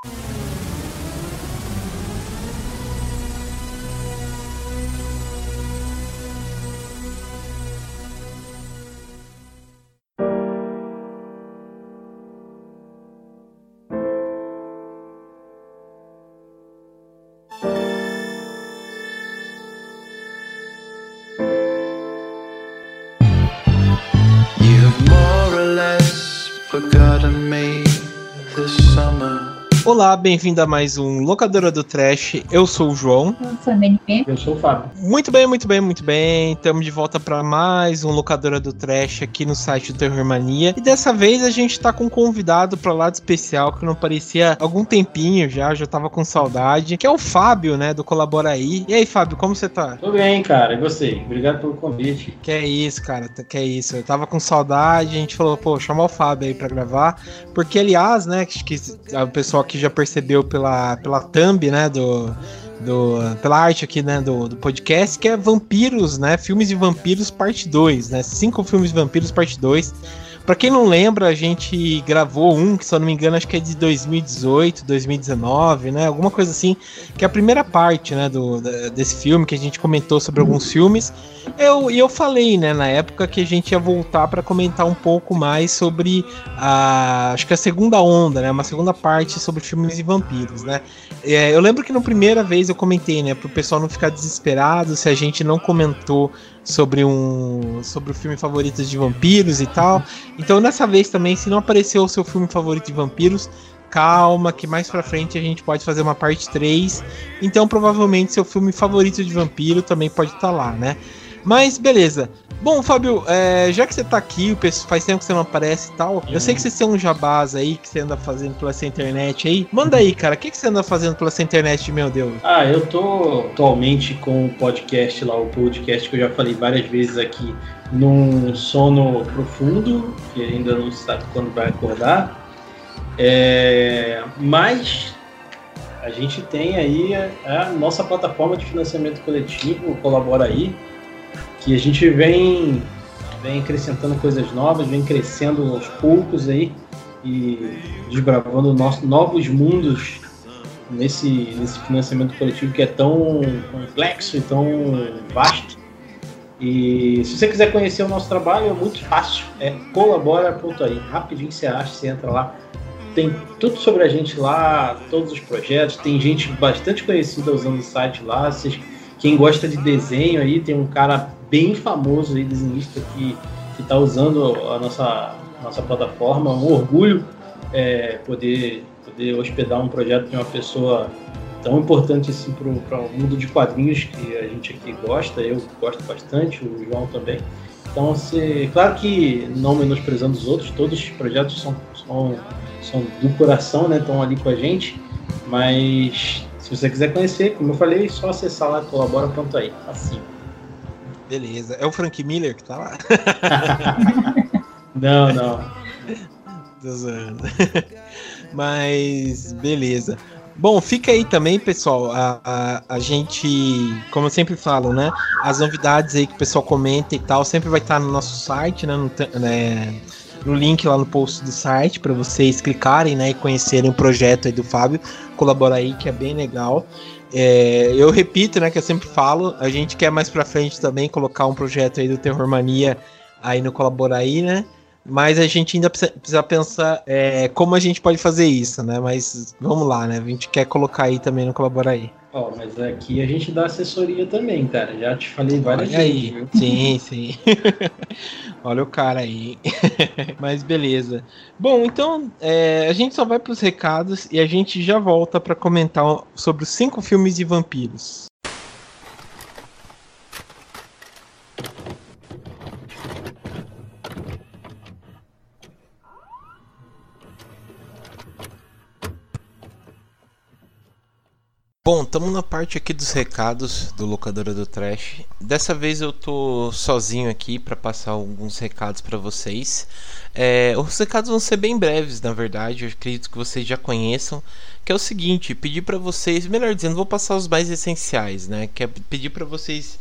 Olá, bem-vindo a mais um Locadora do Trash. Eu sou o João. Eu sou a NP. Eu sou o Fábio. Muito bem. Estamos de volta para mais um Locadora do Trash aqui no site do Terror Mania. E dessa vez a gente tá com um convidado para lá de especial que não aparecia há algum tempinho já tava com saudade, que é o Fábio, né, do Colabora Aí. E aí, Fábio, como você tá? Tudo bem, cara. E você? Obrigado pelo convite. Que é isso, cara, que é isso. Eu tava com saudade, a gente falou, pô, chamar o Fábio aí pra gravar, porque, aliás, né, que o pessoal aqui já percebeu pela thumb, né, pela arte aqui, né, do podcast, que é Vampiros, né, Filmes de Vampiros parte 2, né, 5 filmes de vampiros parte 2. Pra quem não lembra, a gente gravou um, que se eu não me engano, acho que é de 2018, 2019, né? Alguma coisa assim, que é a primeira parte, né, desse filme, que a gente comentou sobre alguns filmes. Eu falei, né, na época, que a gente ia voltar pra comentar um pouco mais sobre acho que a segunda onda, né? Uma segunda parte sobre filmes de vampiros, né? Eu lembro que na primeira vez eu comentei, né, pro pessoal não ficar desesperado se a gente não comentou sobre o filme favorito de vampiros e tal. Então nessa vez também, se não apareceu o seu filme favorito de vampiros, calma, que mais pra frente a gente pode fazer uma parte 3. Então provavelmente seu filme favorito de vampiro também pode estar lá, né? Mas beleza. Bom, Fábio, já que você tá aqui, faz tempo que você não aparece e tal, eu sei que você tem um jabás aí que você anda fazendo pela essa internet aí. Manda aí, cara, o que você anda fazendo pela essa internet, meu Deus? Eu tô atualmente com o podcast lá, o podcast que eu já falei várias vezes aqui, num sono profundo, que ainda não sabe quando vai acordar. Mas a gente tem aí a nossa plataforma de financiamento coletivo, o Colabora Aí, que a gente vem acrescentando coisas novas, vem crescendo aos poucos aí e desbravando novos mundos nesse financiamento coletivo que é tão complexo e tão vasto. E se você quiser conhecer o nosso trabalho, é muito fácil, é colabora.aí, rapidinho você acha, você entra lá, tem tudo sobre a gente lá, todos os projetos, tem gente bastante conhecida usando o site lá. Quem gosta de desenho aí, tem um cara bem famoso aí, desenhista, que está usando a nossa plataforma. Um orgulho poder hospedar um projeto de uma pessoa tão importante assim para o mundo de quadrinhos que a gente aqui gosta. Eu gosto bastante, o João também. Então, claro que não menosprezando os outros, todos os projetos são do coração, né? Estão ali com a gente, mas se você quiser conhecer, como eu falei, é só acessar lá colabora.aí, assim. Beleza. É o Frank Miller que tá lá? Não. Tô zoando. Mas, beleza. Bom, fica aí também, pessoal, a gente, como eu sempre falo, né, as novidades aí que o pessoal comenta e tal, sempre vai estar no nosso site, né, no link lá no post do site, para vocês clicarem, né, e conhecerem o projeto aí do Fábio, Colabora Aí, que é bem legal. Eu repito, né, que eu sempre falo, a gente quer mais pra frente também colocar um projeto aí do Terror Mania aí no Colabora Aí, né? Mas a gente ainda precisa pensar como a gente pode fazer isso, né? Mas vamos lá, né? A gente quer colocar aí também no Colabora Aí. Mas aqui a gente dá assessoria também, cara. Já te falei várias vezes. Aí, viu? Sim. Olha o cara aí. Mas beleza. Bom, então a gente só vai pros recados e a gente já volta pra comentar sobre os 5 filmes de vampiros. Bom, estamos na parte aqui dos recados do Locadora do Trash. Dessa vez eu tô sozinho aqui para passar alguns recados para vocês. Os recados vão ser bem breves, na verdade, eu acredito que vocês já conheçam. Que é o seguinte, pedir para vocês, melhor dizendo, vou passar os mais essenciais, né? Que é pedir para vocês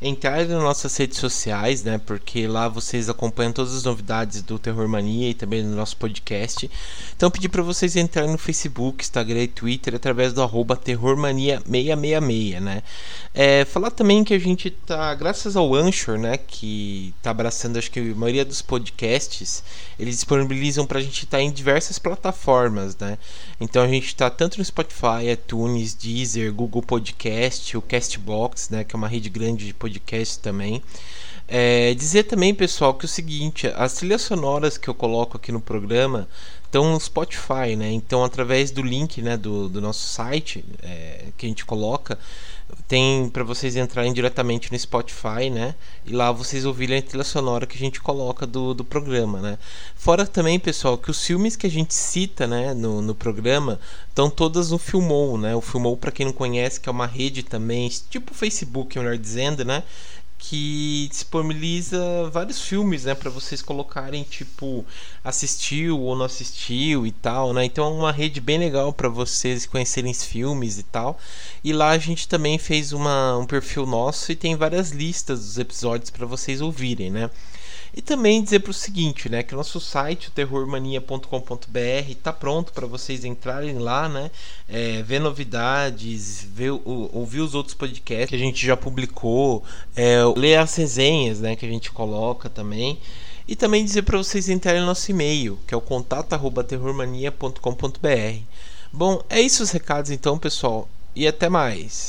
entrarem nas nossas redes sociais, né? Porque lá vocês acompanham todas as novidades do Terror Mania e também do nosso podcast. Então pedir para vocês entrarem no Facebook, Instagram e Twitter através do @terrormania666, né? Falar também que a gente tá, graças ao Anchor, né? Que tá abraçando, acho que a maioria dos podcasts, eles disponibilizam pra gente estar em diversas plataformas, né? Então a gente tá tanto no Spotify, iTunes, Deezer, Google Podcast, o Castbox, né? Que é uma rede grande de podcast também. Dizer também, pessoal, que é o seguinte, as trilhas sonoras que eu coloco aqui no programa estão no Spotify, né? Então através do link, né, do nosso site que a gente coloca, tem para vocês entrarem diretamente no Spotify, né? E lá vocês ouvirem a trilha sonora que a gente coloca do programa, né? Fora também, pessoal, que os filmes que a gente cita, né, no programa estão todas no Filmou, né? O Filmou, para quem não conhece, que é uma rede também, tipo Facebook, melhor dizendo, né? Que disponibiliza vários filmes, né, para vocês colocarem, tipo, assistiu ou não assistiu e tal, né? Então é uma rede bem legal para vocês conhecerem os filmes e tal. E lá a gente também fez um perfil nosso e tem várias listas dos episódios para vocês ouvirem, né? E também dizer para o seguinte, né, que o nosso site, o terrormania.com.br, tá pronto para vocês entrarem lá, né, ver novidades, ouvir os outros podcasts que a gente já publicou, ler as resenhas, né, que a gente coloca também. E também dizer para vocês entrarem no nosso e-mail, que é o contato@terrormania.com.br. Bom, é isso os recados então, pessoal, e até mais.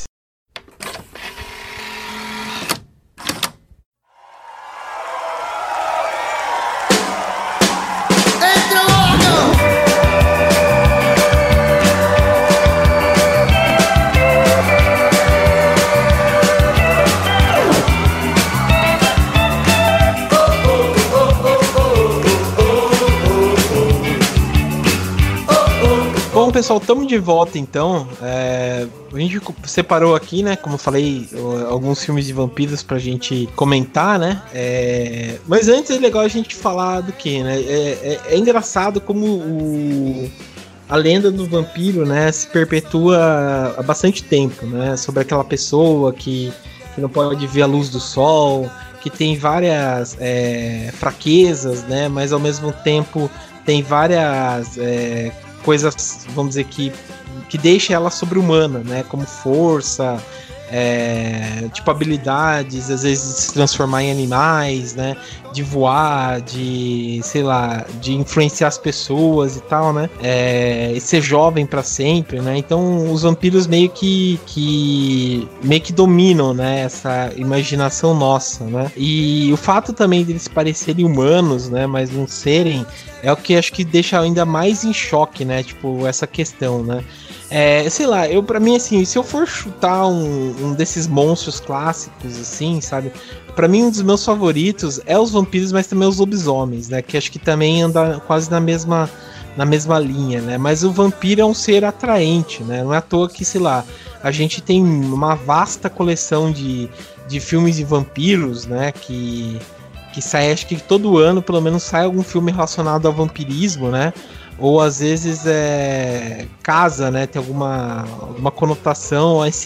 Bom, pessoal, estamos de volta então. A gente separou aqui, né, como eu falei, alguns filmes de vampiros pra gente comentar, né? Mas antes é legal a gente falar do que, né? É engraçado como a lenda do vampiro, né, se perpetua há bastante tempo, né? Sobre aquela pessoa que não pode ver a luz do sol, que tem várias fraquezas, né? Mas ao mesmo tempo tem várias coisas, vamos dizer, que deixa ela sobre-humana, né? Como força, tipo habilidades, às vezes de se transformar em animais, né? De voar, de, sei lá, de influenciar as pessoas e tal, né? E ser jovem pra sempre, né? Então os vampiros meio que dominam, né? Essa imaginação nossa, né? E o fato também deles parecerem humanos, né? Mas não serem, é o que acho que deixa ainda mais em choque, né? Tipo, essa questão, né? Sei lá, pra mim, assim, se eu for chutar um desses monstros clássicos, assim, sabe? Pra mim, um dos meus favoritos é os vampiros, mas também os lobisomens, né? Que acho que também anda quase na mesma linha, né? Mas o vampiro é um ser atraente, né? Não é à toa que, sei lá, a gente tem uma vasta coleção de filmes de vampiros, né? Que sai, acho que todo ano, pelo menos, sai algum filme relacionado ao vampirismo, né? Ou às vezes casa, né? Tem alguma conotação a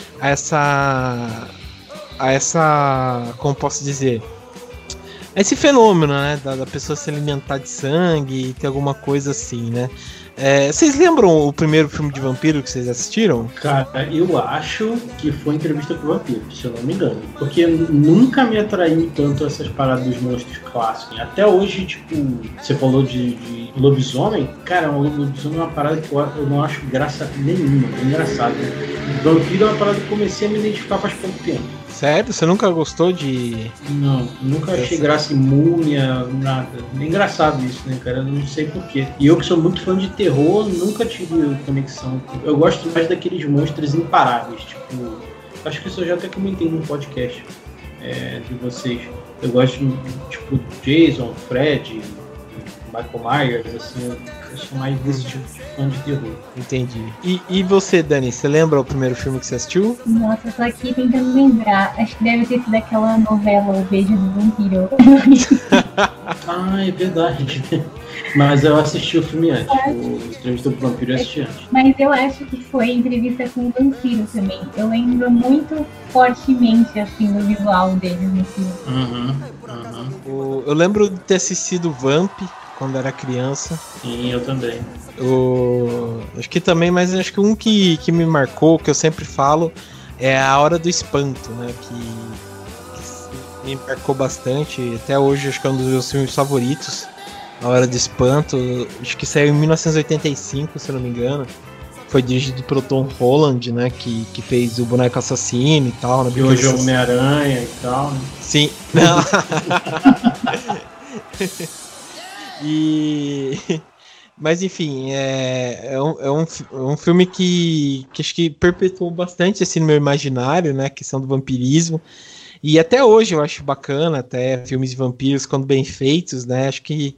essa, como posso dizer, esse fenômeno, né? Da pessoa se alimentar de sangue e ter alguma coisa assim, né? Vocês lembram o primeiro filme de vampiro que vocês assistiram? Cara, eu acho que foi Entrevista com o Vampiro, se eu não me engano. Porque nunca me atraiu tanto essas paradas dos monstros clássicos. Até hoje, tipo, você falou de lobisomem. Cara, o lobisomem é uma parada que eu não acho graça nenhuma. É engraçado. Vampiro é uma parada que eu comecei a me identificar faz pouco tempo. Sério? Você nunca gostou de... Não, nunca achei graça em múmia, nada. É engraçado isso, né, cara? Eu não sei porquê. E eu que sou muito fã de terror, nunca tive conexão. Eu gosto mais daqueles monstros imparáveis, tipo... Acho que isso eu já até comentei no podcast de vocês. Eu gosto, tipo, Jason, Fred, Michael Myers, assim... Eu sou mais desse tipo de fã de terror. Entendi. E você, Dani, você lembra o primeiro filme que você assistiu? Nossa, eu tô aqui tentando lembrar. Acho que deve ter sido aquela novela O Beijo do Vampiro. Ah, é verdade. Mas eu assisti o filme antes. O Entrevista do Vampiro eu assisti antes. Mas eu acho que foi Entrevista com o Vampiro também. Eu lembro muito fortemente, assim, do visual deles no filme. Eu lembro de ter assistido Vamp quando era criança. Sim, eu também. Acho que também, mas acho que um que me marcou, que eu sempre falo, é A Hora do Espanto, né? Que me marcou bastante. Até hoje acho que é um dos meus filmes favoritos. A Hora do Espanto. Acho que saiu em 1985, se eu não me engano. Foi dirigido pelo Tom Holland, né? Que fez o Boneco Assassino e tal. Né? E hoje é o Homem-Aranha e tal, né? Sim. Mas enfim, é um filme que acho que perpetuou bastante assim, no meu imaginário, né? A questão do vampirismo. E até hoje eu acho bacana, até filmes de vampiros, quando bem feitos, né? Acho que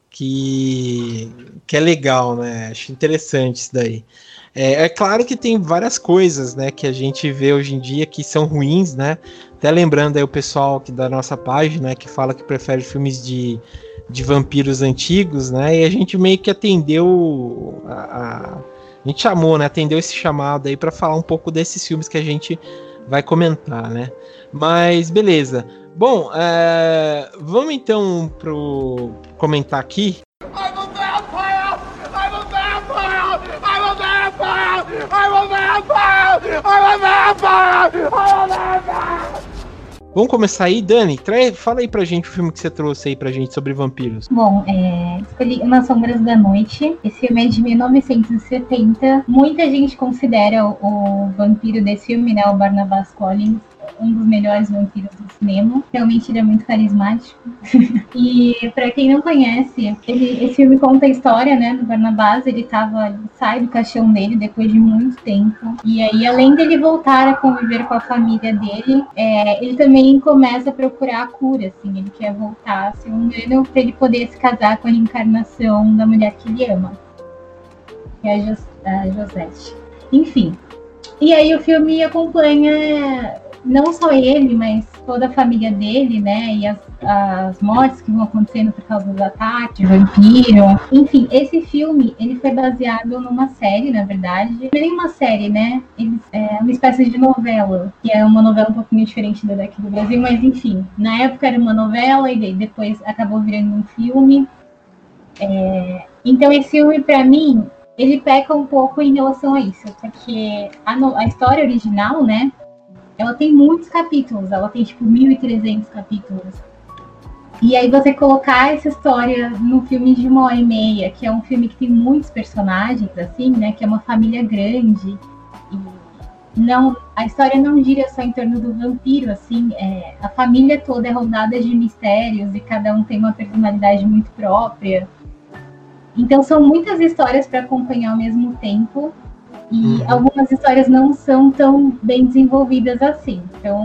é legal, né? Acho interessante isso daí. É claro que tem várias coisas, né, que a gente vê hoje em dia que são ruins, né? Até lembrando aí o pessoal que da nossa página, né, que fala que prefere filmes de vampiros antigos, né? E a gente meio que atendeu a gente chamou, né? Atendeu esse chamado aí para falar um pouco desses filmes que a gente vai comentar, né? Mas beleza. Bom, vamos então pro comentar aqui. I'm a vampire! I'm a vampire! I'm a vampire! I'm a vampire! I'm a vampire! I'm a vampire! Vamos começar aí, Dani. Fala aí pra gente o filme que você trouxe aí pra gente sobre vampiros. Bom, escolhi Nas Sombras da Noite. Esse filme é de 1970. Muita gente considera o vampiro desse filme, né, o Barnabas Collins, um dos melhores vampiros do cinema. Realmente ele é muito carismático. E pra quem não conhece, esse filme conta a história, né, do Barnabas. Ele sai do caixão dele depois de muito tempo. E aí, além dele voltar a conviver com a família dele, ele também começa a procurar a cura, assim. Ele quer voltar a ser humano pra ele poder se casar com a reencarnação da mulher que ele ama, que é a Josette. Enfim. E aí o filme acompanha não só ele, mas toda a família dele, né, e as mortes que vão acontecendo por causa dos ataques de vampiro. Enfim, esse filme, ele foi baseado numa série, na verdade. Não é nem uma série, né, é uma espécie de novela, que é uma novela um pouquinho diferente da daqui do Brasil, mas enfim, na época era uma novela e depois acabou virando um filme. Então esse filme, pra mim, ele peca um pouco em relação a isso, porque a história original, né, ela tem muitos capítulos, ela tem tipo 1.300 capítulos. E aí você colocar essa história no filme de 1h30, que é um filme que tem muitos personagens, assim, né, que é uma família grande, e a história não gira só em torno do vampiro, assim, a família toda é rodada de mistérios e cada um tem uma personalidade muito própria. Então são muitas histórias para acompanhar ao mesmo tempo. E algumas histórias não são tão bem desenvolvidas assim. Então,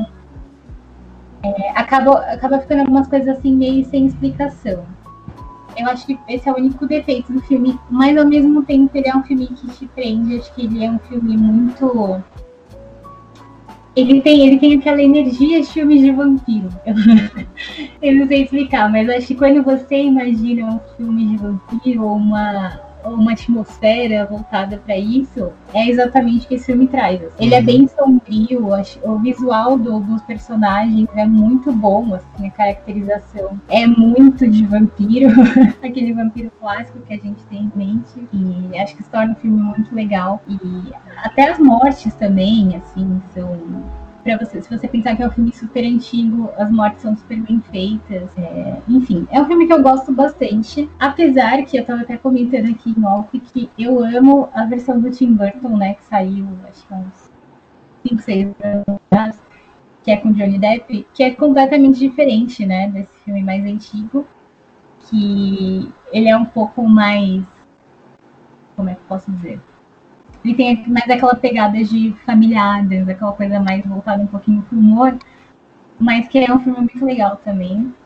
acaba ficando algumas coisas assim meio sem explicação. Eu acho que esse é o único defeito do filme, mas ao mesmo tempo ele é um filme que te prende. Acho que ele é um filme muito... Ele tem aquela energia de filmes de vampiro. Eu não sei explicar, mas acho que quando você imagina um filme de vampiro ou uma atmosfera voltada para isso, é exatamente o que esse filme traz. Ele é bem sombrio, o visual dos personagens é muito bom, assim, a caracterização é muito de vampiro, aquele vampiro clássico que a gente tem em mente, e acho que isso torna o filme muito legal. E até as mortes também, assim, são... Se você pensar que é um filme super antigo, as mortes são super bem feitas. Enfim, é um filme que eu gosto bastante. Apesar que eu tava até comentando aqui em off que eu amo a versão do Tim Burton, né? Que saiu, acho que uns 5, 6 anos atrás, que é com Johnny Depp, que é completamente diferente, né? Desse filme mais antigo. Que ele é um pouco mais... Como é que eu posso dizer? Ele tem mais aquela pegada de familiares, aquela coisa mais voltada um pouquinho pro humor, mas que é um filme muito legal também.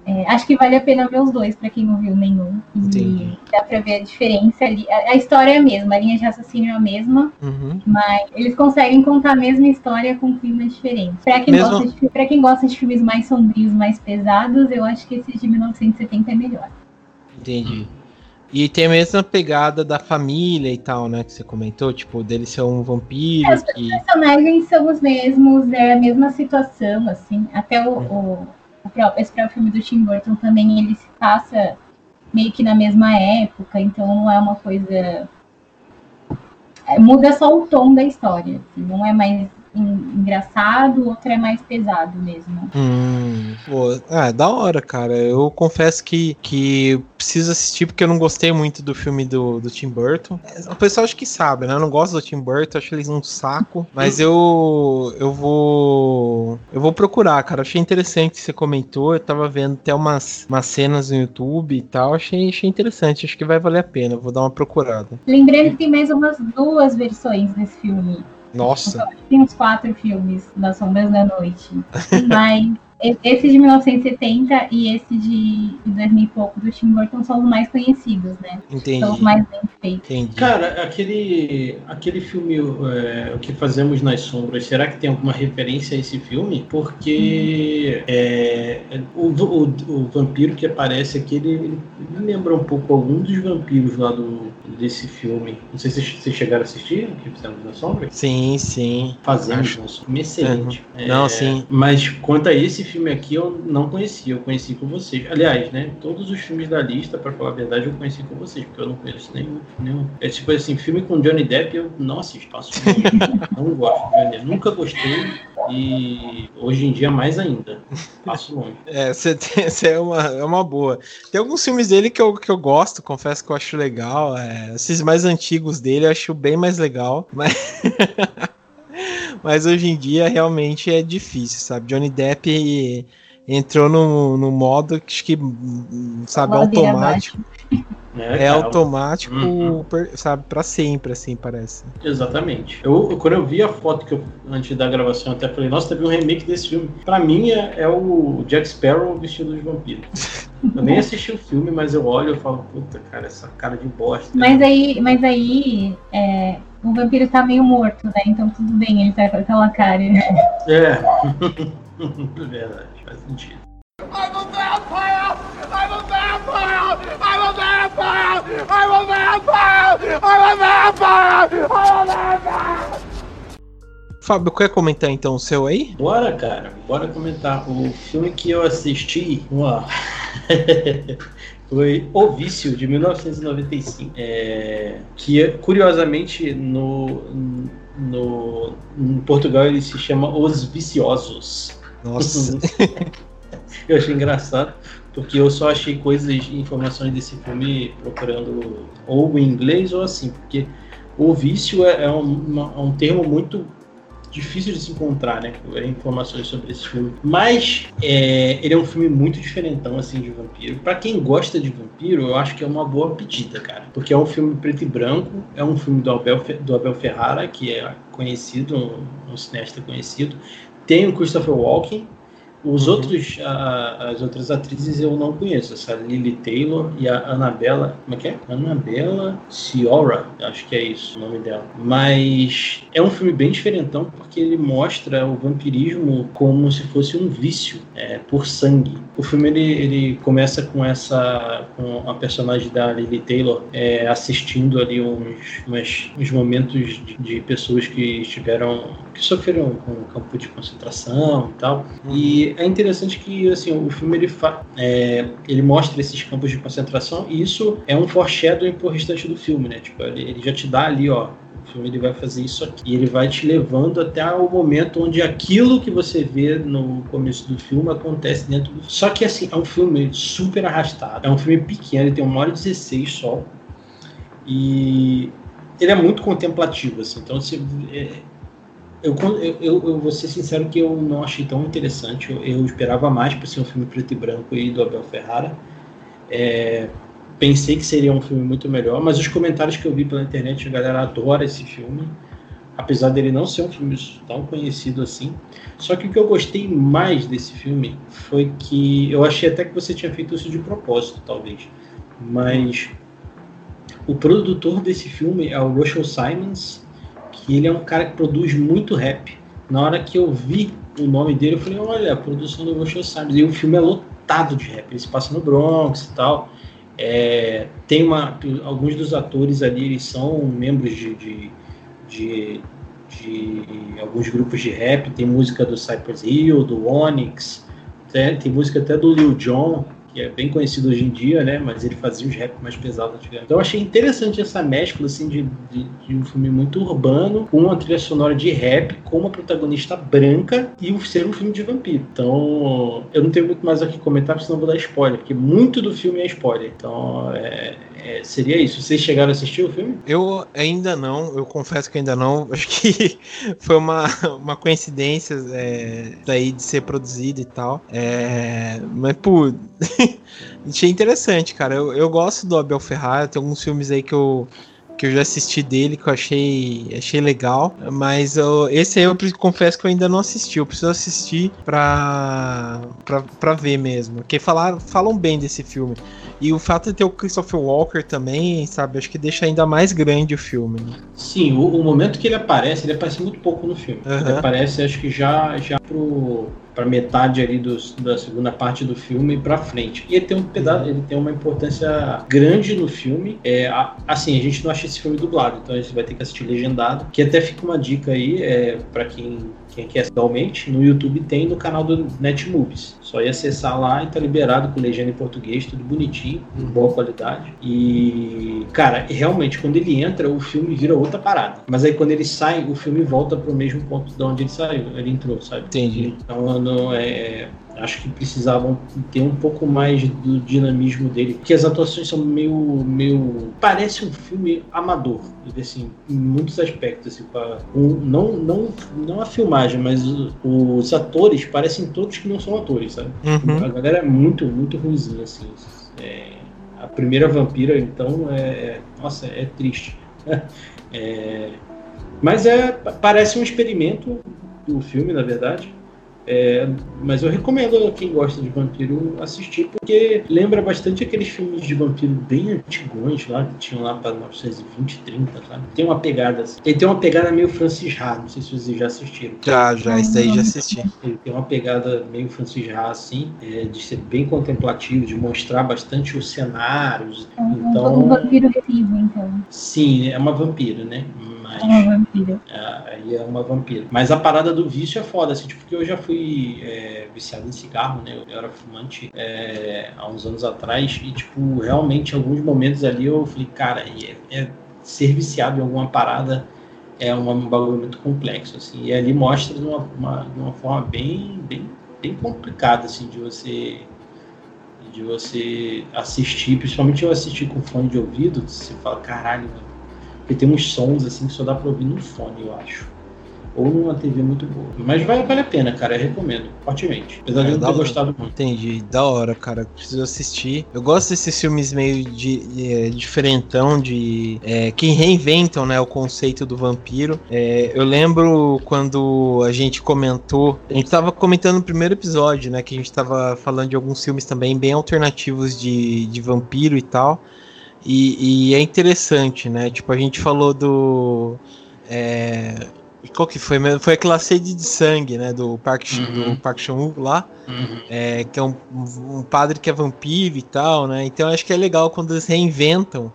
Acho que vale a pena ver os dois, pra quem não viu nenhum. E dá pra ver a diferença ali. A história é a mesma, a linha de raciocínio é a mesma, mas eles conseguem contar a mesma história com climas diferentes. Pra quem gosta de filmes mais sombrios, mais pesados, eu acho que esse de 1970 é melhor. Entendi. E tem a mesma pegada da família e tal, né? Que você comentou, tipo, dele ser um vampiro. Os personagens são os mesmos, é a mesma situação, assim. Até esse próprio filme do Tim Burton também, ele se passa meio que na mesma época, então não é uma coisa... Muda só o tom da história, assim, não é mais engraçado, o outro é mais pesado mesmo. Da hora, cara. Eu confesso que preciso assistir porque eu não gostei muito do filme do Tim Burton. O pessoal acho que sabe, né? Eu não gosto do Tim Burton, acho eles um saco. Mas eu vou procurar, cara. Achei interessante que você comentou. Eu tava vendo até umas cenas no YouTube e tal. Achei interessante. Acho que vai valer a pena. Vou dar uma procurada. Lembrando que tem mais umas 2 versões desse filme. Nossa. Tem uns 4 filmes das Sombras da Noite. Mas esse de 1970 e esse de 2000 e pouco do Tim Burton são os mais conhecidos, né? Entendi. São os mais bem feitos. Entendi. Cara, aquele filme O Que Fazemos nas Sombras, será que tem alguma referência a esse filme? Porque o vampiro que aparece aqui, ele me lembra um pouco algum dos vampiros lá desse filme. Não sei se vocês chegaram a assistir O Que Fizemos nas Sombras. Sim. Fazemos nas Sombras. Excelente. Não, sim. Mas quanto a esse filme aqui, eu não conhecia. Eu conheci com vocês. Aliás, né? Todos os filmes da lista, pra falar a verdade, eu conheci com vocês, porque eu não conheço nenhum. É tipo assim, filme com Johnny Depp, eu não assisto. Passo longe. Não gosto de Johnny Depp. Nunca gostei. E hoje em dia mais ainda. Passo longe. Você é uma boa. Tem alguns filmes dele que eu gosto, confesso que eu acho legal. Esses mais antigos dele eu acho bem mais legal. Mas hoje em dia realmente é difícil, sabe? Johnny Depp entrou no modo que acho que, sabe, automático. Automático, sabe, pra sempre, assim, parece. Exatamente. Quando eu vi a foto antes da gravação, até falei, nossa, teve um remake desse filme. Pra mim é o Jack Sparrow vestido de vampiro. Eu nem assisti o filme, mas eu olho e falo, puta, cara, essa cara de bosta. Mas aí o vampiro tá meio morto, né? Então tudo bem, ele tá com aquela cara. Verdade, faz sentido. I'm a vampire! I'm a vampire! I'm a vampire! I'm a vampire! I'm a vampire! I'm a vampire! Fábio, quer comentar então o seu aí? Bora, cara, bora comentar. O filme que eu assisti foi O Vício, de 1995. Que, curiosamente, em Portugal ele se chama Os Viciosos. Nossa. Eu achei engraçado, porque eu só achei informações desse filme procurando ou em inglês ou assim, porque o vício é um termo muito difícil de se encontrar, né? Informações sobre esse filme. Mas ele é um filme muito diferentão, assim, de vampiro. Pra quem gosta de vampiro, eu acho que é uma boa pedida, cara. Porque é um filme preto e branco, é um filme do Abel Ferrara, que é conhecido, um cineasta conhecido. Tem o Christopher Walken. As outras atrizes eu não conheço, essa Lily Taylor e a Annabella, como é que é? Annabella Sciorra, acho que é isso o nome dela. Mas é um filme bem diferentão porque ele mostra o vampirismo como se fosse um vício por sangue. O filme ele começa com a personagem da Lily Taylor assistindo ali uns momentos de pessoas que sofreram com um campo de concentração e tal. E é interessante que assim, o filme ele mostra esses campos de concentração e isso é um foreshadowing pro restante do filme, né? Tipo, ele já te dá ali, ó, o filme ele vai fazer isso aqui. E ele vai te levando até o momento onde aquilo que você vê no começo do filme acontece dentro do filme. Só que assim, é um filme super arrastado. É um filme pequeno, ele tem 1h16 só. E ele é muito contemplativo, assim. Então, eu vou ser sincero que eu não achei tão interessante. Eu esperava mais por ser um filme preto e branco aí do Abel Ferrara. Pensei que seria um filme muito melhor, mas os comentários que eu vi pela internet, a galera adora esse filme. apesar dele não ser um filme tão conhecido assim. Só que o que eu gostei mais desse filme foi que eu achei até que você tinha feito isso de propósito, talvez, mas o produtor desse filme é o Russell Simmons, que ele é um cara que produz muito rap. Na hora que eu vi o nome dele, eu falei, olha, a produção do Russell Simmons. E o filme é lotado de rap, ele se passa no Bronx e tal. Tem alguns dos atores ali, eles são membros de alguns grupos de rap. Tem música do Cypress Hill, do Onyx, tem música até do Lil Jon, que é bem conhecido hoje em dia, né? Mas ele fazia os rap mais pesados antigamente. Então eu achei interessante essa mescla assim, de um filme muito urbano, com uma trilha sonora de rap, com uma protagonista branca e ser um filme de vampiro. Então eu não tenho muito mais aqui comentar, porque senão vou dar spoiler, porque muito do filme é spoiler. Então seria isso. Vocês chegaram a assistir o filme? Eu ainda não, eu confesso que ainda não. Acho que foi uma coincidência daí de ser produzido e tal. Mas, pô, achei interessante, cara. Eu gosto do Abel Ferrara, tem alguns filmes aí que eu já assisti dele, que eu achei legal, mas esse aí eu confesso que eu ainda não assisti, eu preciso assistir pra ver mesmo, porque falam bem desse filme, e o fato de ter o Christopher Walker também, sabe, acho que deixa ainda mais grande o filme, né? Sim, o momento que ele aparece muito pouco no filme, ele aparece acho que já pra metade ali da segunda parte do filme pra frente. E ele tem uma importância grande no filme. Assim, a gente não acha esse filme dublado, então a gente vai ter que assistir legendado. Que até fica uma dica aí, pra quem quer atualmente, no YouTube tem no canal do Netmovies. Só ia acessar lá e tá liberado com legenda em português, tudo bonitinho, com boa qualidade. E, cara, realmente, quando ele entra, o filme vira outra parada. Mas aí quando ele sai, o filme volta pro mesmo ponto de onde ele entrou, sabe? Entendi. Então, acho que precisavam ter um pouco mais do dinamismo dele, porque as atuações são meio parece um filme amador, assim, em muitos aspectos, assim, não a filmagem, mas os atores parecem todos que não são atores, sabe? A galera é muito ruimzinha, assim. A primeira vampira, então, nossa, é triste. Mas parece um experimento do filme, na verdade. Mas eu recomendo a quem gosta de vampiro assistir, porque lembra bastante aqueles filmes de vampiro bem antigões lá, que tinham lá para 1920, 30, sabe? Tem uma pegada assim. Ele tem uma pegada meio Francis Ha, não sei se vocês já assistiram. Já, isso daí já assisti. Ele tem uma pegada meio Francis Ha, assim, de ser bem contemplativo, de mostrar bastante os cenários. Então, um vampiro vivo, então. Sim, é uma vampira, né? É uma vampira. Aí é uma vampira. Mas a parada do vício é foda, assim, tipo, porque eu já fui viciado em cigarro, né? Eu era fumante há uns anos atrás e, tipo, realmente, em alguns momentos ali eu falei, cara, ser viciado em alguma parada é um bagulho muito complexo, assim. E ali mostra de uma forma bem complicada, assim, de você assistir, principalmente eu assistir com fone de ouvido, você fala, caralho, mano. Porque tem uns sons assim que só dá pra ouvir no fone, eu acho. Ou numa TV muito boa. Mas vale a pena, cara. Eu recomendo, fortemente. Apesar de eu não ter gostado muito. Entendi. Da hora, cara. Preciso assistir. Eu gosto desses filmes meio diferentão, que reinventam, né, o conceito do vampiro. Eu lembro quando a gente comentou... A gente tava comentando no primeiro episódio, né, que a gente tava falando de alguns filmes também bem alternativos de vampiro e tal. E é interessante, né? Tipo, a gente falou do... qual que foi mesmo? Foi aquela Sede de Sangue, né? Do Park Chan-wook lá. Que é um padre que é vampiro e tal, né? Então acho que é legal quando eles reinventam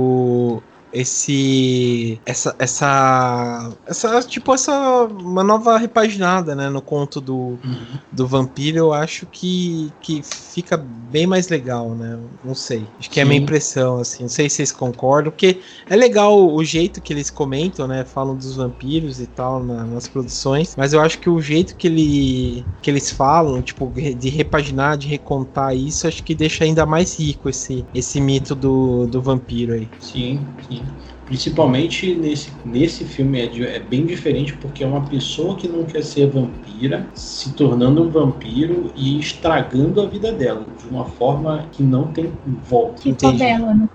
uma nova repaginada, né, no conto do vampiro. Eu acho que fica bem mais legal, né? Não sei, acho que é a minha impressão, assim. Não sei se vocês concordam, porque é legal o jeito que eles comentam, né, falam dos vampiros e tal nas produções, mas eu acho que o jeito que eles falam, tipo, de repaginar, de recontar isso, acho que deixa ainda mais rico esse mito do vampiro aí. Sim. Principalmente nesse filme é bem diferente, porque é uma pessoa que não quer ser vampira se tornando um vampiro e estragando a vida dela de uma forma que não tem volta. Tipo a Bella, né?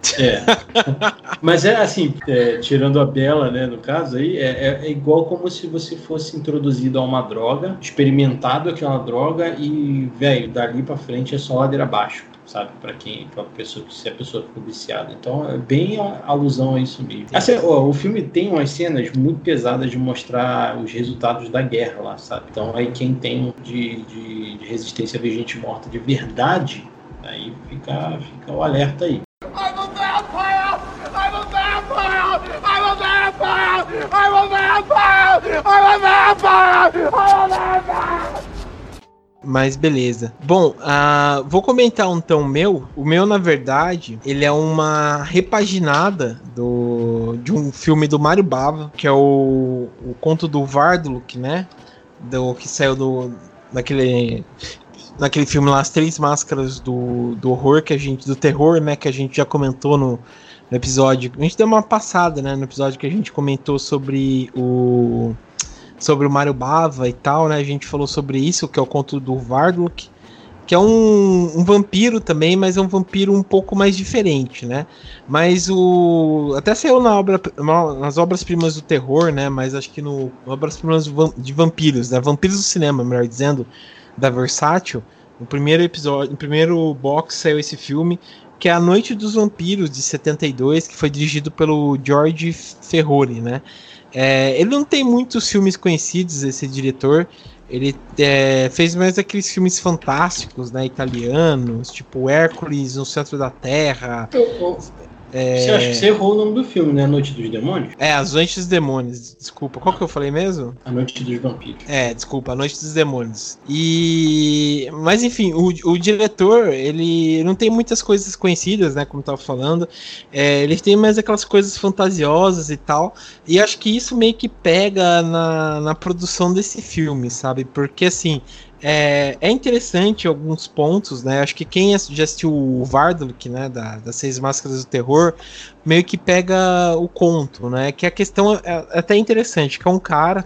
Mas é assim, tirando a Bella, né, no caso aí, é igual como se você fosse introduzido a uma droga, experimentado aquela droga e, velho, dali pra frente é só ladeira abaixo, sabe? Pra pessoa, se a pessoa ficou viciada. Então é bem alusão a isso mesmo. Assim, o filme tem umas cenas muito pesadas de mostrar os resultados da guerra lá, sabe? Então aí quem tem de resistência a ver gente morta de verdade, aí fica o alerta aí. I'm a vampire! I'm a vampire! I'm a vampire! I'm a vampire! I'm a vampire! I'm a vampire! Mas beleza. Bom, vou comentar então o meu, na verdade, ele é uma repaginada de um filme do Mário Bava, que é o Conto do Vardaluk, né? Que saiu naquele filme lá, As Três Máscaras do Horror, do terror, né? Que a gente já comentou no episódio. A gente deu uma passada, né? No episódio que a gente comentou sobre o Mário Bava e tal, né? A gente falou sobre isso, que é o Conto do Vardaluk, que é um vampiro também, mas é um vampiro um pouco mais diferente, né? Mas até saiu nas obras-primas do terror, né? Mas acho que obras-primas de vampiros, né? Vampiros do cinema, melhor dizendo, da Versátil. No primeiro box saiu esse filme, que é A Noite dos Vampiros, de 72, que foi dirigido pelo George Ferrori, né? Ele não tem muitos filmes conhecidos, esse diretor. Ele fez mais aqueles filmes fantásticos, né, italianos, tipo Hércules no Centro da Terra. Você acha que você errou o nome do filme, né? A Noite dos Demônios? As Noites dos Demônios, desculpa. Qual que eu falei mesmo? A Noite dos Vampiros. Desculpa, A Noite dos Demônios. Mas enfim, o diretor, ele não tem muitas coisas conhecidas, né? Como eu tava falando. Ele tem mais aquelas coisas fantasiosas e tal. E acho que isso meio que pega na produção desse filme, sabe? Porque assim, é interessante alguns pontos, né? Acho que quem já assistiu o Vardaluk, né, das Seis Máscaras do Terror, meio que pega o conto, né? Que a questão é até interessante, que é um cara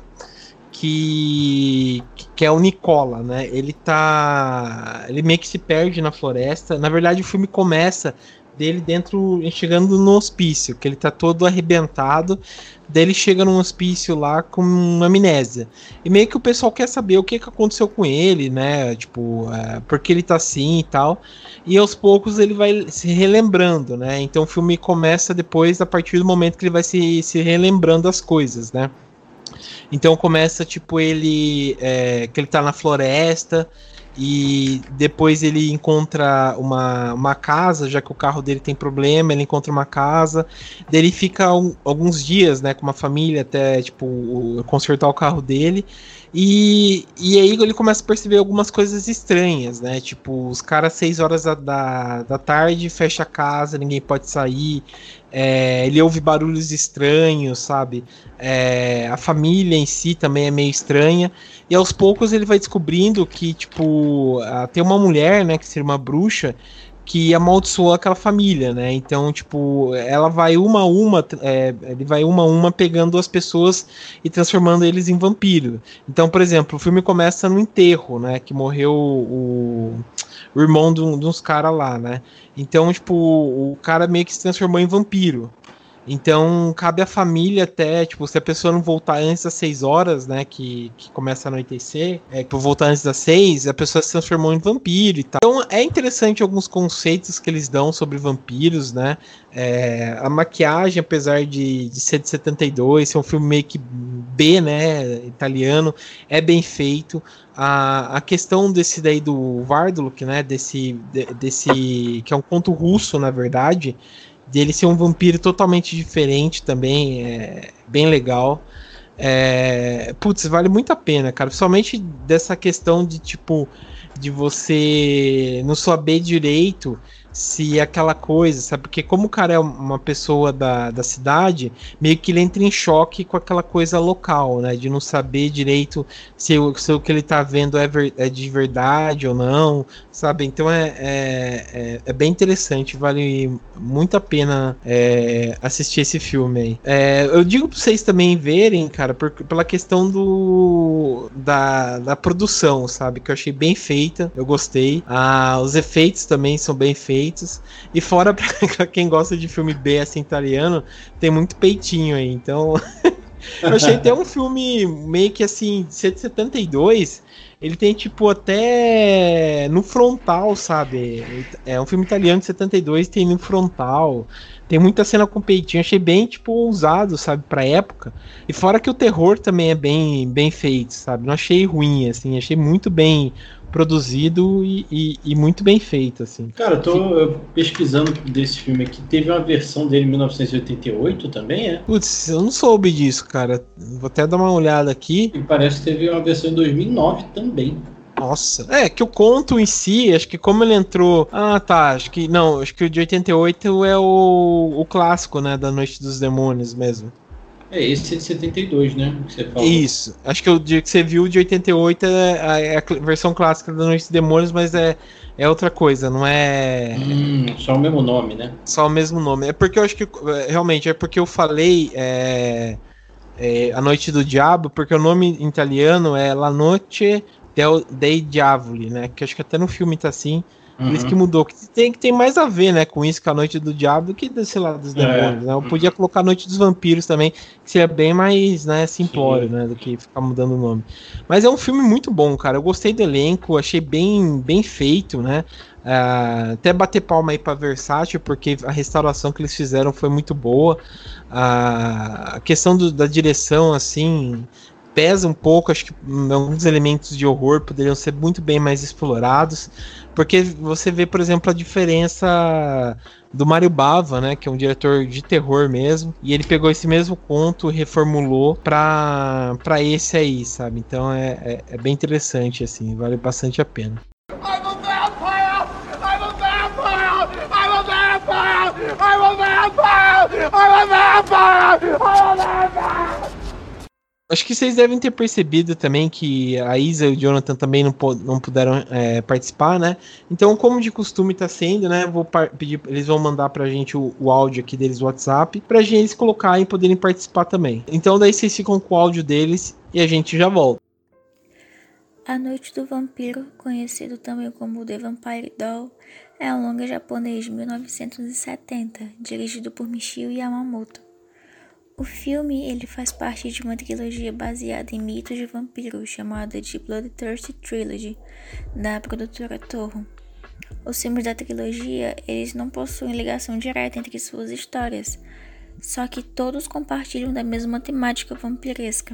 que é o Nicola, né? Ele meio que se perde na floresta. Na verdade, o filme começa dele chegando no hospício, que ele tá todo arrebentado. Daí ele chega num hospício lá com uma amnésia. E meio que o pessoal quer saber o que aconteceu com ele, né? Tipo, porque ele tá assim e tal. E aos poucos ele vai se relembrando, né? Então o filme começa depois, a partir do momento que ele vai se relembrando as coisas, né? Então começa, tipo, que ele tá na floresta. E depois ele encontra uma casa, já que o carro dele tem problema, ele encontra uma casa, daí ele fica alguns dias, né, com uma família até, tipo, consertar o carro dele, e aí ele começa a perceber algumas coisas estranhas, né, tipo, os caras 6 horas da tarde, fecha a casa, ninguém pode sair, ele ouve barulhos estranhos, sabe, a família em si também é meio estranha, e aos poucos ele vai descobrindo que, tipo, tem uma mulher, né, que seria uma bruxa, que amaldiçoou aquela família, né? Então, tipo, ela vai ele vai uma a uma pegando as pessoas e transformando eles em vampiro. Então, por exemplo, o filme começa no enterro, né? Que morreu o irmão de uns caras lá, né? Então, tipo, o cara meio que se transformou em vampiro. Então, cabe à família até, tipo, se a pessoa não voltar antes das 6 horas, né, que começa a anoitecer, por voltar antes das 6, a pessoa se transformou em vampiro e tal. Então, é interessante alguns conceitos que eles dão sobre vampiros, né, a maquiagem, apesar de ser de 72, ser um filme meio que B, né, italiano, é bem feito. A questão desse daí do Vardaluk, né, desse que é um conto russo, na verdade, dele ser um vampiro totalmente diferente também, bem legal. Putz, vale muito a pena, cara. Principalmente dessa questão de, tipo, de você não saber direito se aquela coisa, sabe? Porque como o cara é uma pessoa da cidade, meio que ele entra em choque com aquela coisa local, né? De não saber direito se o que ele tá vendo é de verdade ou não, sabe? Então é bem interessante, vale muito a pena assistir esse filme aí. Eu digo pra vocês também verem, cara, pela questão da produção, sabe? Que eu achei bem feita, eu gostei. Os efeitos também são bem feitos. E fora, pra quem gosta de filme B, assim, italiano, tem muito peitinho aí, então... Eu achei até um filme meio que assim, de 72, ele tem tipo até no frontal, sabe? É um filme italiano de 72, tem no frontal, tem muita cena com peitinho, achei bem tipo ousado, sabe, pra época. E fora que o terror também é bem feito, sabe? Não achei ruim, assim, achei muito bem produzido e muito bem feito, assim. Cara, eu tô pesquisando desse filme aqui. Teve uma versão dele em 1988 também, é? Putz, eu não soube disso, cara. Vou até dar uma olhada aqui. E parece que teve uma versão em 2009 também. Nossa. Que o conto em si, acho que como ele entrou... Ah, tá. Acho que o de 88 é o clássico, né? Da Noite dos Demônios mesmo. Esse é de 72, né? Que você falou. Isso. Acho que o dia que você viu de 88 é a versão clássica da Noite dos Demônios, mas é outra coisa, não é... Só o mesmo nome, né? Só o mesmo nome. É porque eu acho que, realmente, é porque eu falei A Noite do Diabo, porque o nome em italiano é La Noche dei Diavoli, né? Que acho que até no filme tá assim. Por isso que mudou. Que tem mais a ver, né, com isso, com a Noite do Diabo, que, sei lá, dos demônios, né? Eu podia colocar a Noite dos Vampiros também, que seria bem mais, né, simplório, né, do que ficar mudando o nome. Mas é um filme muito bom, cara. Eu gostei do elenco, achei bem feito, né? Até bater palma aí pra Versátil, porque a restauração que eles fizeram foi muito boa. A questão da direção, assim... pesa um pouco, acho que alguns elementos de horror poderiam ser muito bem mais explorados, porque você vê, por exemplo, a diferença do Mário Bava, né, que é um diretor de terror mesmo, e ele pegou esse mesmo conto e reformulou pra esse aí, sabe? Então é bem interessante, assim, vale bastante a pena. I'm a vampire! I'm a vampire! I'm a vampire! I'm a vampire! I'm a vampire! I'm a vampire! Acho que vocês devem ter percebido também que a Isa e o Jonathan também não puderam participar, né? Então, como de costume tá sendo, né? Vou pedir, eles vão mandar pra gente o áudio aqui deles, o WhatsApp, pra gente eles colocarem e poderem participar também. Então, daí vocês ficam com o áudio deles e a gente já volta. A Noite do Vampiro, conhecido também como The Vampire Doll, é um longa japonês de 1970, dirigido por Michio Yamamoto. O filme ele faz parte de uma trilogia baseada em mitos de vampiros chamada de Bloodthirsty Trilogy, da produtora Toho. Os filmes da trilogia eles não possuem ligação direta entre suas histórias, só que todos compartilham da mesma temática vampiresca.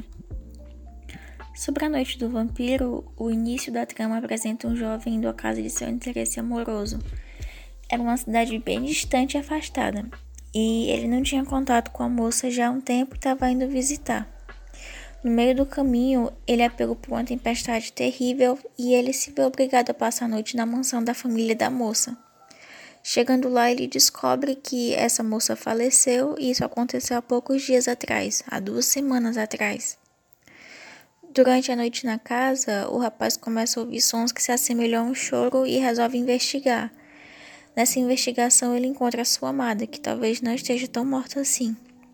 Sobre a Noite do Vampiro, o início da trama apresenta um jovem indo à casa de seu interesse amoroso. Era uma cidade bem distante e afastada, e ele não tinha contato com a moça já há um tempo e estava indo visitar. No meio do caminho, ele é pego por uma tempestade terrível e ele se vê obrigado a passar a noite na mansão da família da moça. Chegando lá, ele descobre que essa moça faleceu e isso aconteceu há poucos dias atrás, há 2 semanas atrás. Durante a noite na casa, o rapaz começa a ouvir sons que se assemelham a um choro e resolve investigar. Nessa investigação, ele encontra a sua amada, que talvez não esteja tão morta assim.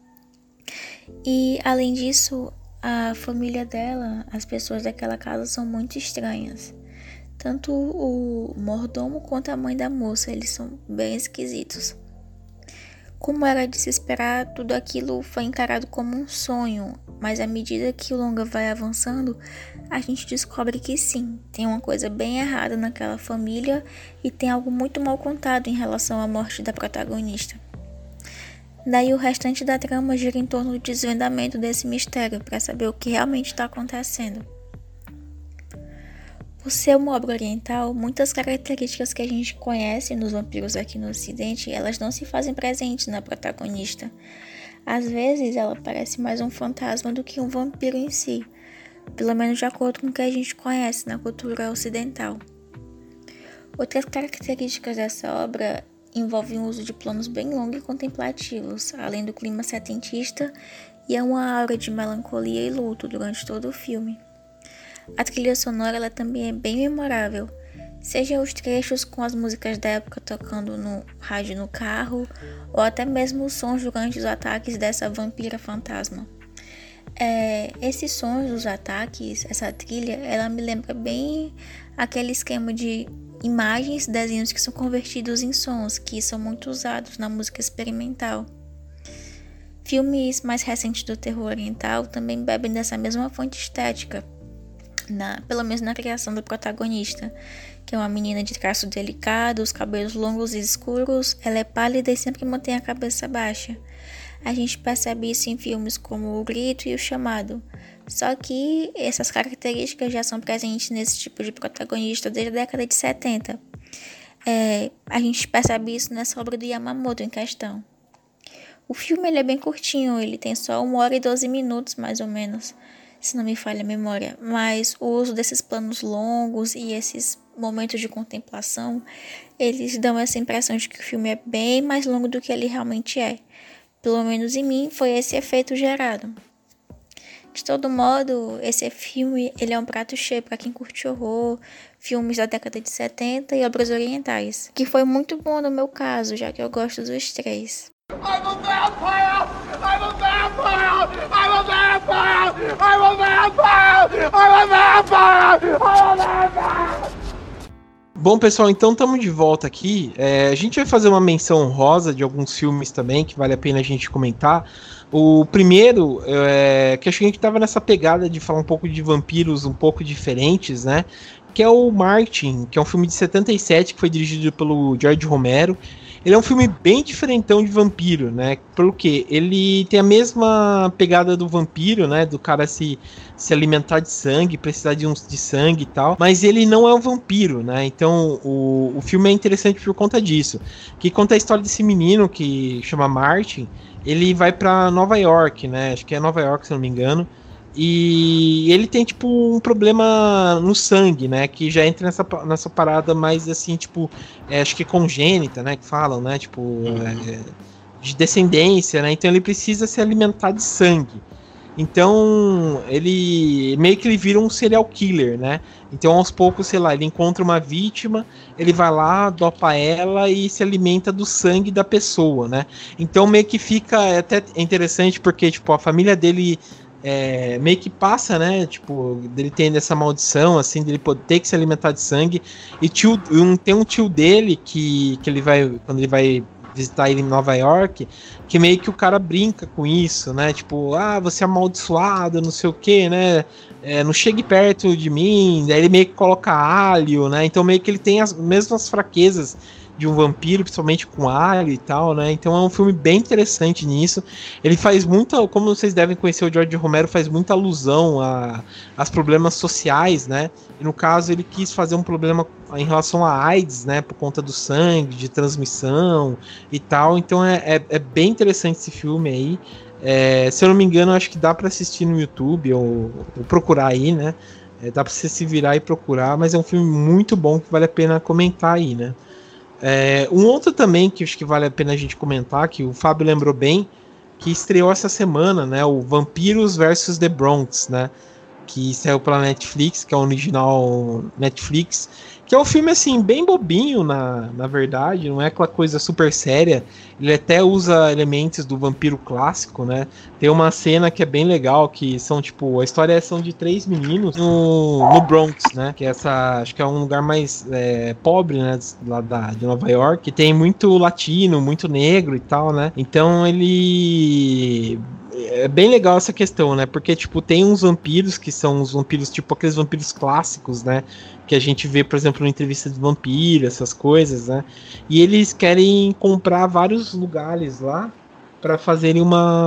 E, além disso, a família dela, as pessoas daquela casa são muito estranhas. Tanto o mordomo quanto a mãe da moça, eles são bem esquisitos. Como era de se esperar, tudo aquilo foi encarado como um sonho, mas à medida que o longa vai avançando, a gente descobre que sim, tem uma coisa bem errada naquela família e tem algo muito mal contado em relação à morte da protagonista. Daí o restante da trama gira em torno do desvendamento desse mistério para saber o que realmente está acontecendo. Por ser uma obra oriental, muitas características que a gente conhece nos vampiros aqui no Ocidente, elas não se fazem presentes na protagonista. Às vezes, ela parece mais um fantasma do que um vampiro em si, pelo menos de acordo com o que a gente conhece na cultura ocidental. Outras características dessa obra envolvem o uso de planos bem longos e contemplativos, além do clima setentista e uma aura de melancolia e luto durante todo o filme. A trilha sonora ela também é bem memorável, Seja os trechos com as músicas da época tocando no rádio no carro, ou até mesmo os sons durante os ataques dessa vampira fantasma. Esses sons dos ataques, essa trilha, ela me lembra bem aquele esquema de imagens, desenhos que são convertidos em sons, que são muito usados na música experimental. Filmes mais recentes do terror oriental também bebem dessa mesma fonte estética, pelo menos na criação do protagonista, que é uma menina de traço delicado, os cabelos longos e escuros, ela é pálida e sempre mantém a cabeça baixa. A gente percebe isso em filmes como O Grito e O Chamado, só que essas características já são presentes nesse tipo de protagonista desde a década de 70. A gente percebe isso nessa obra do Yamamoto em questão. O filme ele é bem curtinho, ele tem só 1 hora e 12 minutos mais ou menos, se não me falha a memória, mas o uso desses planos longos e esses momentos de contemplação, eles dão essa impressão de que o filme é bem mais longo do que ele realmente é. Pelo menos em mim foi esse efeito gerado. De todo modo, esse filme ele é um prato cheio para quem curte horror, filmes da década de 70 e obras orientais, que foi muito bom no meu caso, já que eu gosto dos três. I'm a vampire! I'm a vampire! I'm a vampire! I'm a vampire! I'm a vampire! I'm a vampire! Bom, pessoal, então estamos de volta aqui. A gente vai fazer uma menção honrosa de alguns filmes também, que vale a pena a gente comentar. O primeiro, que acho que a gente estava nessa pegada de falar um pouco de vampiros um pouco diferentes, né? Que é o Martin, que é um filme de 77, que foi dirigido pelo George Romero. Ele é um filme bem diferentão de vampiro, né? Pelo que ele tem a mesma pegada do vampiro, né? Do cara se alimentar de sangue, precisar de sangue e tal. Mas ele não é um vampiro, né? Então o filme é interessante por conta disso. Que conta a história desse menino que chama Martin. Ele vai pra Nova York, né? Acho que é Nova York, se não me engano. E ele tem, tipo, um problema no sangue, né? Que já entra nessa parada mais, assim, tipo... acho que congênita, né? Que falam, né? Tipo... de descendência, né? Então ele precisa se alimentar de sangue. Então, ele... meio que ele vira um serial killer, né? Então, aos poucos, sei lá, ele encontra uma vítima, ele vai lá, dopa ela e se alimenta do sangue da pessoa, né? Então, meio que fica até interessante porque, tipo, a família dele... meio que passa, né, tipo, dele tendo essa maldição, assim, dele poder ter que se alimentar de sangue, e tem um tio dele que ele vai, quando ele vai visitar ele em Nova York, que meio que o cara brinca com isso, né, tipo, você é amaldiçoado, não sei o que, né, não chegue perto de mim, daí ele meio que coloca alho, né, então meio que ele tem as mesmas fraquezas de um vampiro, principalmente com alho e tal, né? Então é um filme bem interessante nisso. Ele faz muita, como vocês devem conhecer, o George Romero faz muita alusão aos problemas sociais, né? E no caso ele quis fazer um problema em relação à AIDS, né? Por conta do sangue, de transmissão e tal. Então é bem interessante esse filme aí. Se eu não me engano, acho que dá para assistir no YouTube ou procurar aí, né? Dá para você se virar e procurar, mas é um filme muito bom que vale a pena comentar aí, né? Um outro também que acho que vale a pena a gente comentar, que o Fábio lembrou bem, que estreou essa semana, né, o Vampiros vs The Bronx, né, que saiu pela Netflix, que é o original Netflix, que é um filme assim, bem bobinho na verdade, não é aquela coisa super séria, ele até usa elementos do vampiro clássico, né, tem uma cena que é bem legal, que são tipo, a história são de 3 meninos no Bronx, né, que acho que é um lugar mais pobre, né, lá de Nova York, que tem muito latino, muito negro e tal, né, então ele... É bem legal essa questão, né? Porque, tipo, tem uns vampiros que são os vampiros, tipo, aqueles vampiros clássicos, né? Que a gente vê, por exemplo, na entrevista de vampiro, essas coisas, né? E eles querem comprar vários lugares lá para fazerem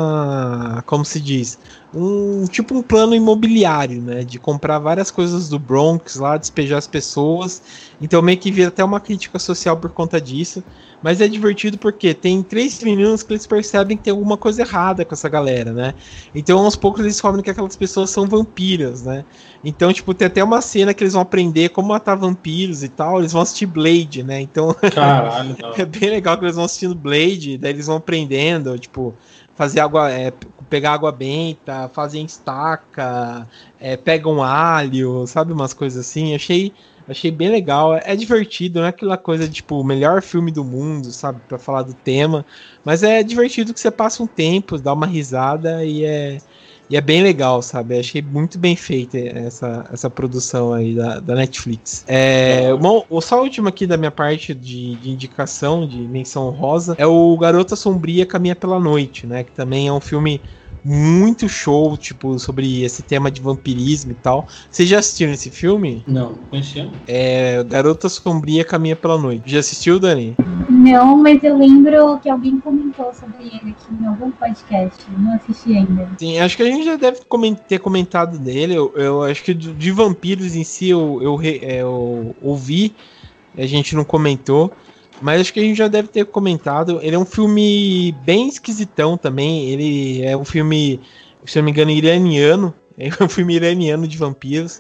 como se diz, um plano imobiliário, né, de comprar várias coisas do Bronx lá, despejar as pessoas, então meio que vira até uma crítica social por conta disso, mas é divertido porque tem 3 meninos que eles percebem que tem alguma coisa errada com essa galera, né, então aos poucos eles descobrem que aquelas pessoas são vampiras, né, então tipo, tem até uma cena que eles vão aprender como matar vampiros e tal, eles vão assistir Blade, né, então caralho, é bem legal que eles vão assistindo Blade, daí eles vão aprendendo, tipo, fazer água, pegar água benta, fazer estaca, pegam alho, sabe, umas coisas assim. Achei Achei bem legal, é divertido, não é aquela coisa tipo, o melhor filme do mundo, sabe, pra falar do tema, mas é divertido que você passa um tempo, dá uma risada e é bem legal, sabe, achei muito bem feita essa produção aí da Netflix. Só a última aqui da minha parte de indicação, de menção honrosa, é o Garota Sombria Caminha Pela Noite, né, que também é um filme muito show, tipo, sobre esse tema de vampirismo e tal. Vocês já assistiram esse filme? Não conhecia. Garota Sombria Caminha Pela Noite. Já assistiu, Dani? Não, mas eu lembro que alguém comentou sobre ele aqui em algum podcast. Não assisti ainda. Sim, acho que a gente já deve ter comentado dele. Eu acho que de vampiros em si eu ouvi, a gente não comentou. Mas acho que a gente já deve ter comentado. Ele é um filme bem esquisitão também. Ele é um filme, se não me engano, iraniano. É um filme iraniano de vampiros.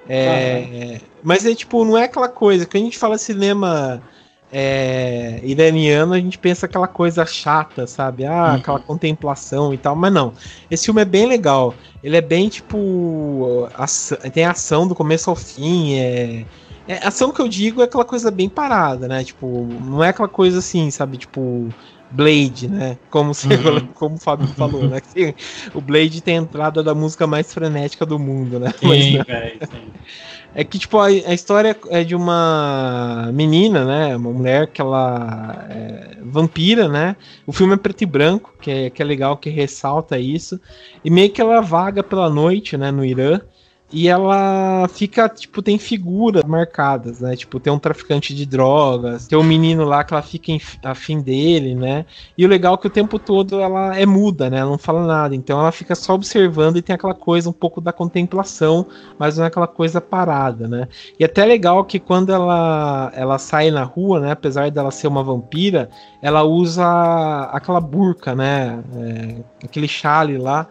Mas tipo, não é aquela coisa. Quando a gente fala cinema iraniano, a gente pensa aquela coisa chata, sabe? Aquela contemplação e tal. Mas não. Esse filme é bem legal. Ele é bem tipo. Tem ação do começo ao fim. Ação que eu digo é aquela coisa bem parada, né? Tipo, não é aquela coisa assim, sabe? Tipo, Blade, né? Como o Fábio falou, né? Que o Blade tem a entrada da música mais frenética do mundo, né? Sim, sim. É que, tipo, a história é de uma menina, né? Uma mulher que ela é vampira, né? O filme é preto e branco, que é legal, que ressalta isso. E meio que ela vaga pela noite, né? No Irã. E ela fica, tipo, tem figuras marcadas, né? Tipo, tem um traficante de drogas, tem um menino lá que ela fica afim dele, né? E o legal é que o tempo todo ela é muda, né? Ela não fala nada. Então ela fica só observando e tem aquela coisa um pouco da contemplação, mas não é aquela coisa parada, né? E até legal que quando ela sai na rua, né? Apesar dela ser uma vampira, ela usa aquela burca, né? Aquele chale lá,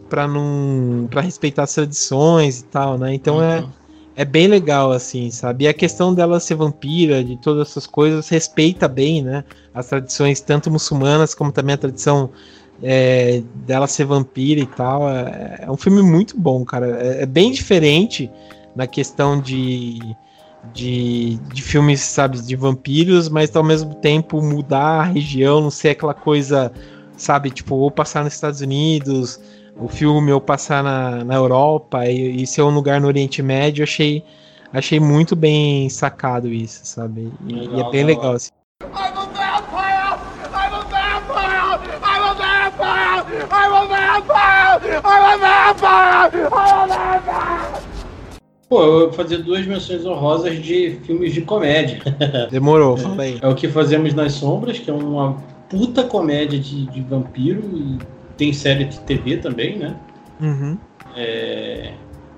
pra respeitar as tradições e tal, né? Então é bem legal, assim, sabe? E a questão dela ser vampira, de todas essas coisas, respeita bem, né? As tradições, tanto muçulmanas, como também a tradição dela ser vampira e tal. É um filme muito bom, cara. É bem diferente na questão de filmes, sabe, de vampiros, mas ao mesmo tempo mudar a região, não ser aquela coisa, sabe, tipo, ou passar nos Estados Unidos, o filme, ou passar na Europa e ser um lugar no Oriente Médio. Achei muito bem sacado isso, sabe? E é bem legal, assim. I'm a vampire! I'm a vampire! I'm a vampire! I'm a vampire! I'm a vampire! I'm a vampire! Pô, eu vou fazer 2 menções honrosas de filmes de comédia. Demorou, fala aí. É O Que Fazemos nas Sombras, que é uma puta comédia de vampiro, e tem série de TV também, né? Uhum. É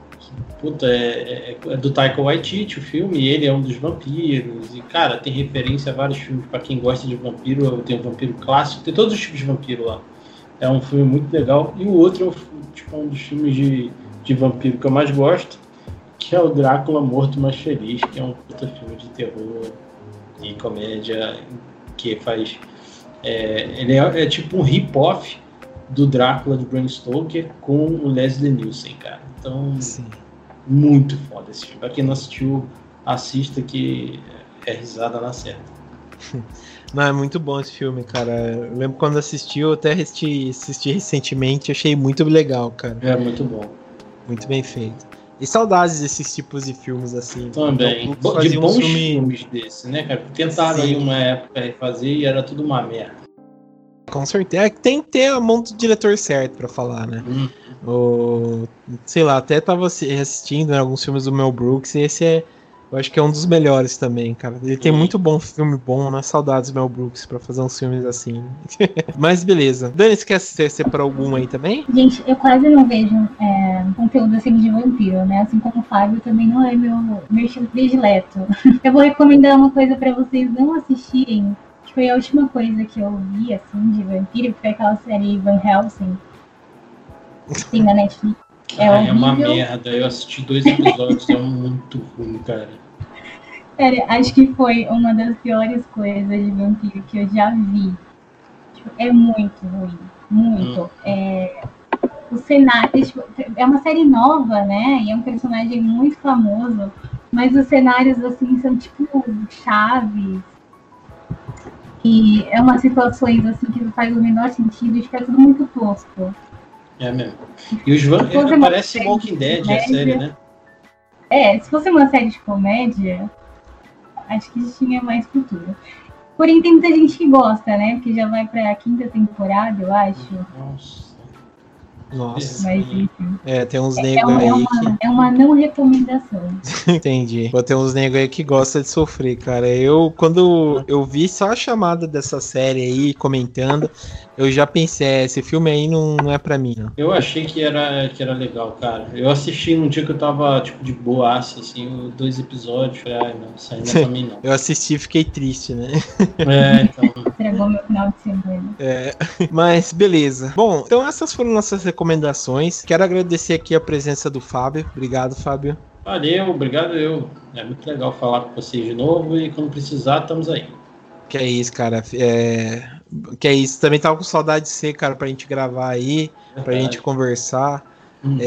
do Taika Waititi o filme, e ele é um dos vampiros, e cara, tem referência a vários filmes. Pra quem gosta de vampiro, tem um vampiro clássico, tem todos os tipos de vampiro lá. É um filme muito legal. E o outro é um dos filmes de vampiro que eu mais gosto, que é o Drácula Morto Mais Feliz, que é um puta filme de terror e comédia que faz... ele é tipo um rip-off do Drácula de Bram Stoker com o Leslie Nielsen, cara. Então, sim, muito foda esse filme. Pra quem não assistiu, assista, que é risada na certa. Não, é muito bom esse filme, cara. Eu lembro quando assisti, eu até assisti recentemente, achei muito legal, cara. É muito bom. Muito bem feito. E saudades desses tipos de filmes assim. Também. Então, de bons filmes desse, né, cara? Tentaram aí uma época refazer e era tudo uma merda. Com certeza. Tem que ter a mão do diretor certo pra falar, né? Sei lá, até tava assistindo, né, alguns filmes do Mel Brooks, e esse eu acho que é um dos melhores também, cara. Ele tem muito bom filme bom, né? Saudades do Mel Brooks pra fazer uns filmes assim. Mas beleza. Dani, você quer separar algum aí também? Gente, eu quase não vejo conteúdo assim de vampiro, né? Assim como o Fábio, também não é meu estilo predileto. Eu vou recomendar uma coisa pra vocês não assistirem, que foi a última coisa que eu vi, assim, de vampiro, que foi aquela série Van Helsing. Tem na Netflix. É uma merda, eu assisti 2 episódios, é muito ruim, cara. Sério, acho que foi uma das piores coisas de vampiro que eu já vi. Tipo, é muito ruim, muito. O cenário, tipo, é uma série nova, né? E é um personagem muito famoso, Mas os cenários, assim, são tipo chaves. E é umas situações, assim, que não faz o menor sentido e fica tudo muito tosco. É mesmo. E os parece Walking Dead, a série, né? Se fosse uma série de comédia, acho que tinha mais futuro. Porém, tem muita gente que gosta, né? Porque já vai pra 5ª temporada, eu acho. Nossa. Mas, enfim. Tem uns negros aí que... É uma não recomendação. Entendi. Tem uns negros aí que gostam de sofrer, cara. Quando eu vi só a chamada dessa série aí, comentando, eu já pensei, esse filme aí não é pra mim, não. Eu achei que era legal, cara. Eu assisti num dia que eu tava, tipo, de boaça, assim, 2 episódios. Falei, não, isso aí não é pra mim, não. Eu assisti e fiquei triste, né? Então... Estragou meu final de semana. Mas, beleza. Bom, então essas foram nossas recomendações. Quero agradecer aqui a presença do Fábio. Obrigado, Fábio. Valeu, obrigado eu. É muito legal falar com vocês de novo e quando precisar, estamos aí. Que é isso, cara. Que é isso. Também tava com saudade de você, cara, pra gente gravar aí, pra gente conversar. Uhum.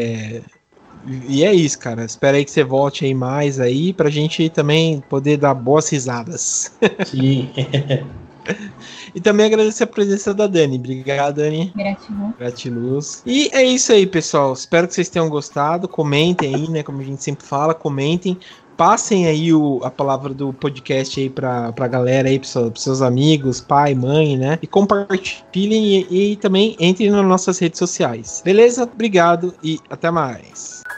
E é isso, cara. Espero aí que você volte aí mais aí pra gente também poder dar boas risadas. Sim. E também agradecer a presença da Dani. Obrigado, Dani. Gratiluz. E é isso aí, pessoal. Espero que vocês tenham gostado. Comentem aí, né? Como a gente sempre fala, comentem. Passem aí a palavra do podcast aí pra galera aí, pros seus amigos, pai, mãe, né? E compartilhem e também entrem nas nossas redes sociais. Beleza? Obrigado e até mais.